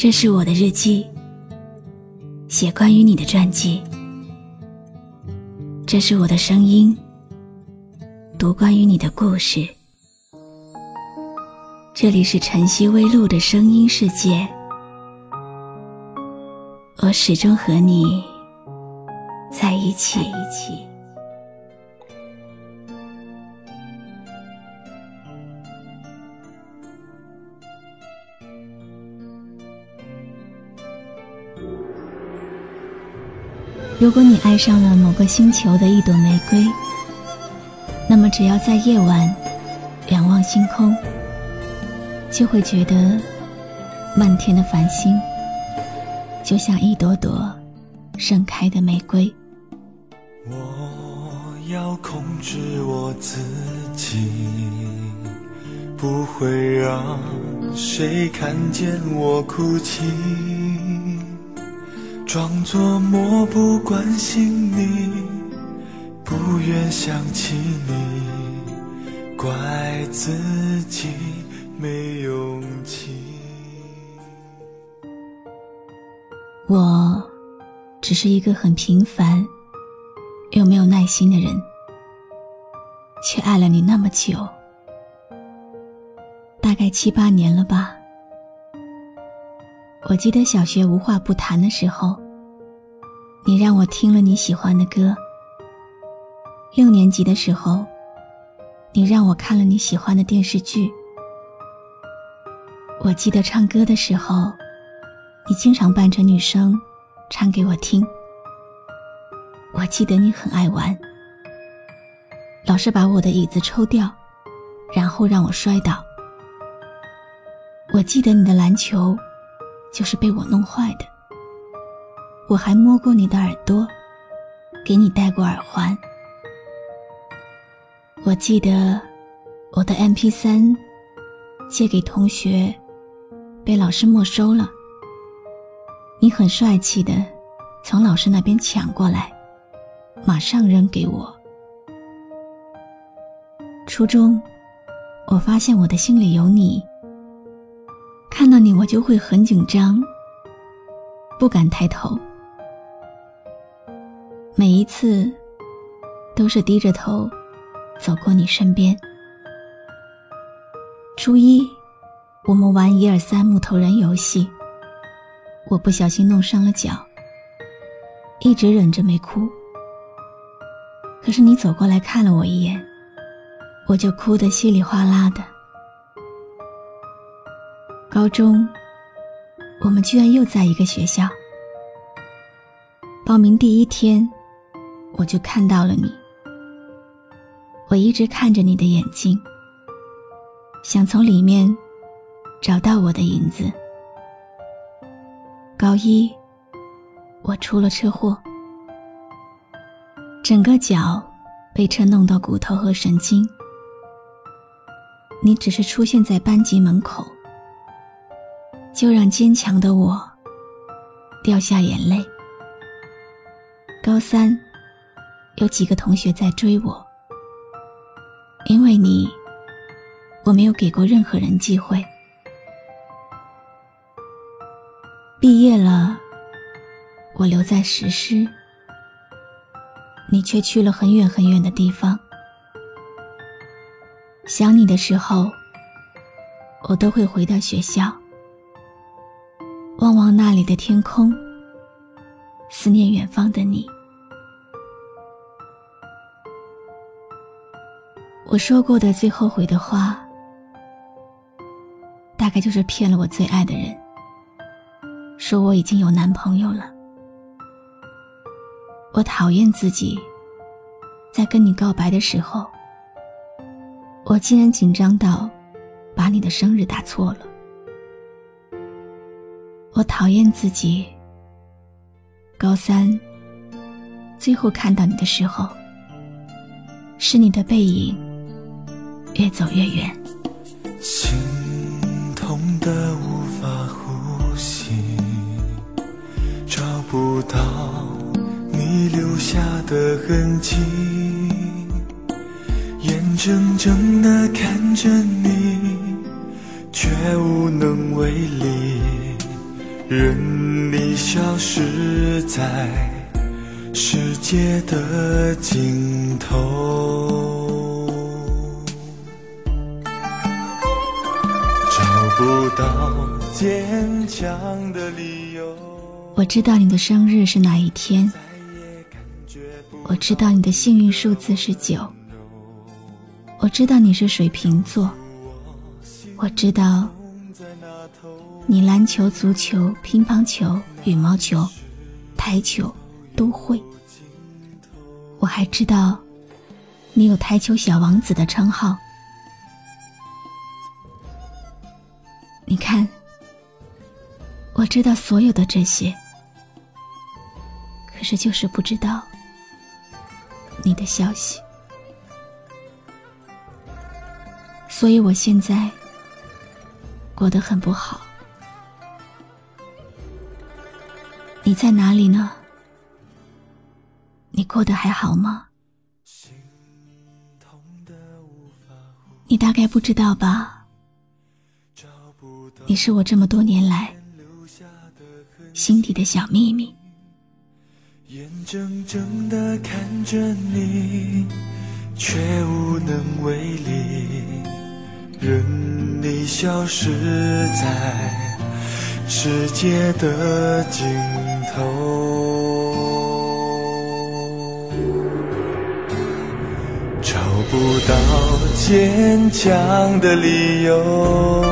这是我的日记，写关于你的传记。这是我的声音，读关于你的故事。这里是晨曦微露的声音世界，我始终和你在一起。如果你爱上了某个星球的一朵玫瑰，那么只要在夜晚仰望星空，就会觉得漫天的繁星就像一朵朵盛开的玫瑰。 我要控制我自己，不会让谁看见我哭泣，装作漠不关心你，不愿想起你，怪自己没勇气。 我只是一个很平凡又没有耐心的人，却爱了你那么久，大概7、8年了吧。我记得小学无话不谈的时候，你让我听了你喜欢的歌；6年级的时候，你让我看了你喜欢的电视剧。我记得唱歌的时候，你经常扮成女生唱给我听。我记得你很爱玩，老是把我的椅子抽掉，然后让我摔倒。我记得你的篮球就是被我弄坏的，我还摸过你的耳朵，给你戴过耳环。我记得我的 MP3 借给同学被老师没收了，你很帅气的从老师那边抢过来，马上扔给我。初中，我发现我的心里有你，看到你我就会很紧张，不敢抬头，每一次都是低着头走过你身边。初一，我们玩1、2、3木头人游戏，我不小心弄伤了脚，一直忍着没哭。可是你走过来看了我一眼，我就哭得稀里哗啦的。高中，我们居然又在一个学校。报名第1天，我就看到了你。我一直看着你的眼睛，想从里面找到我的影子。高一，我出了车祸，整个脚被车弄到骨头和神经。你只是出现在班级门口，就让坚强的我掉下眼泪。高3，有几个同学在追我，因为你，我没有给过任何人机会。毕业了，我留在石狮，你却去了很远很远的地方。想你的时候，我都会回到学校，望望那里的天空，思念远方的你。我说过的最后悔的话，大概就是骗了我最爱的人，说我已经有男朋友了。我讨厌自己，在跟你告白的时候，我竟然紧张到把你的生日打错了。我讨厌自己，高3最后看到你的时候，是你的背影越走越远， 心痛得无法呼吸，找不到你留下的痕迹，眼睁睁地看着你，却无能为力， 任你消失在世界的尽头，找不到坚强的理由。 我知道你的生日是哪一天，我知道你的幸运数字是9，我知道你是水瓶座，我知道你篮球、足球、乒乓球、羽毛球、台球都会。我还知道你有台球小王子的称号。你看，我知道所有的这些，可是就是不知道你的消息。所以我现在过得很不好。你在哪里呢？你过得还好吗？你大概不知道吧，你是我这么多年来心底的小秘密。 眼睁睁地看着你，却无能为力，任你消失在世界的尽头，找不到坚强的理由，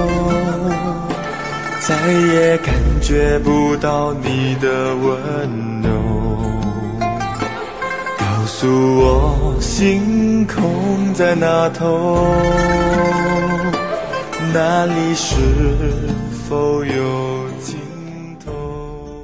再也感觉不到你的温柔，告诉我星空在那头，那里是否有尽头。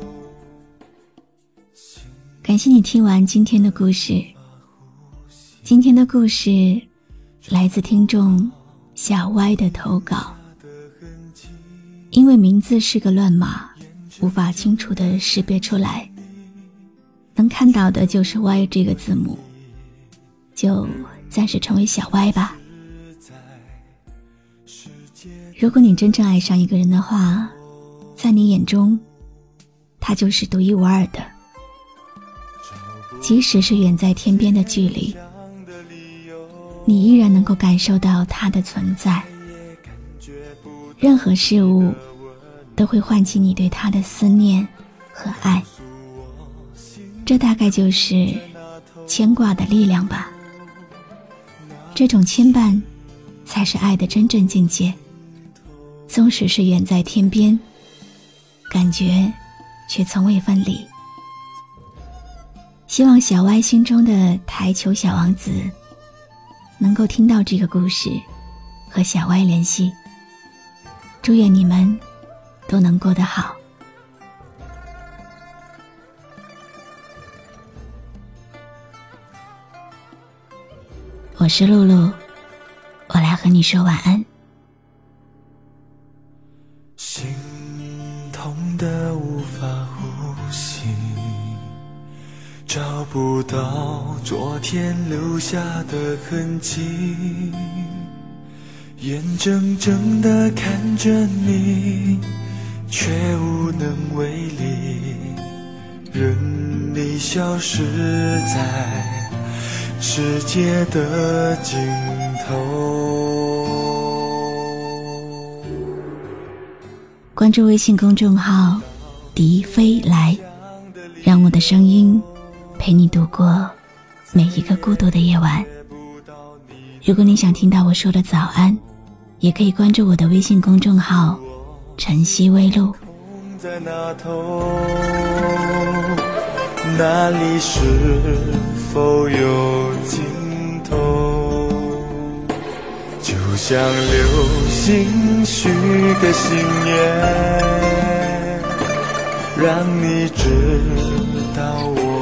感谢你听完今天的故事。今天的故事来自听众小歪的投稿。因为名字是个乱码，无法清楚地识别出来，能看到的就是 Y 这个字母，就暂时称为小歪吧。如果你真正爱上一个人的话，在你眼中他就是独一无二的，即使是远在天边的距离，你依然能够感受到他的存在。任何事物都会唤起你对他的思念和爱，这大概就是牵挂的力量吧。这种牵绊才是爱的真正境界，纵使是远在天边，感觉却从未分离。希望小歪心中的台球小王子能够听到这个故事，和小歪联系。祝愿你们都能过得好。我是露露，我来和你说晚安。 心痛得无法呼吸，找不到昨天留下的痕迹，眼睁睁地看着你，却无能为力，任你消失在世界的尽头。 关注微信公众号迪飞来，让我的声音陪你度过每一个孤独的夜晚。如果你想听到我说的早安，也可以关注我的微信公众号晨曦微露。 在那头，那里是否有尽头？就像流星许个心愿，让你知道我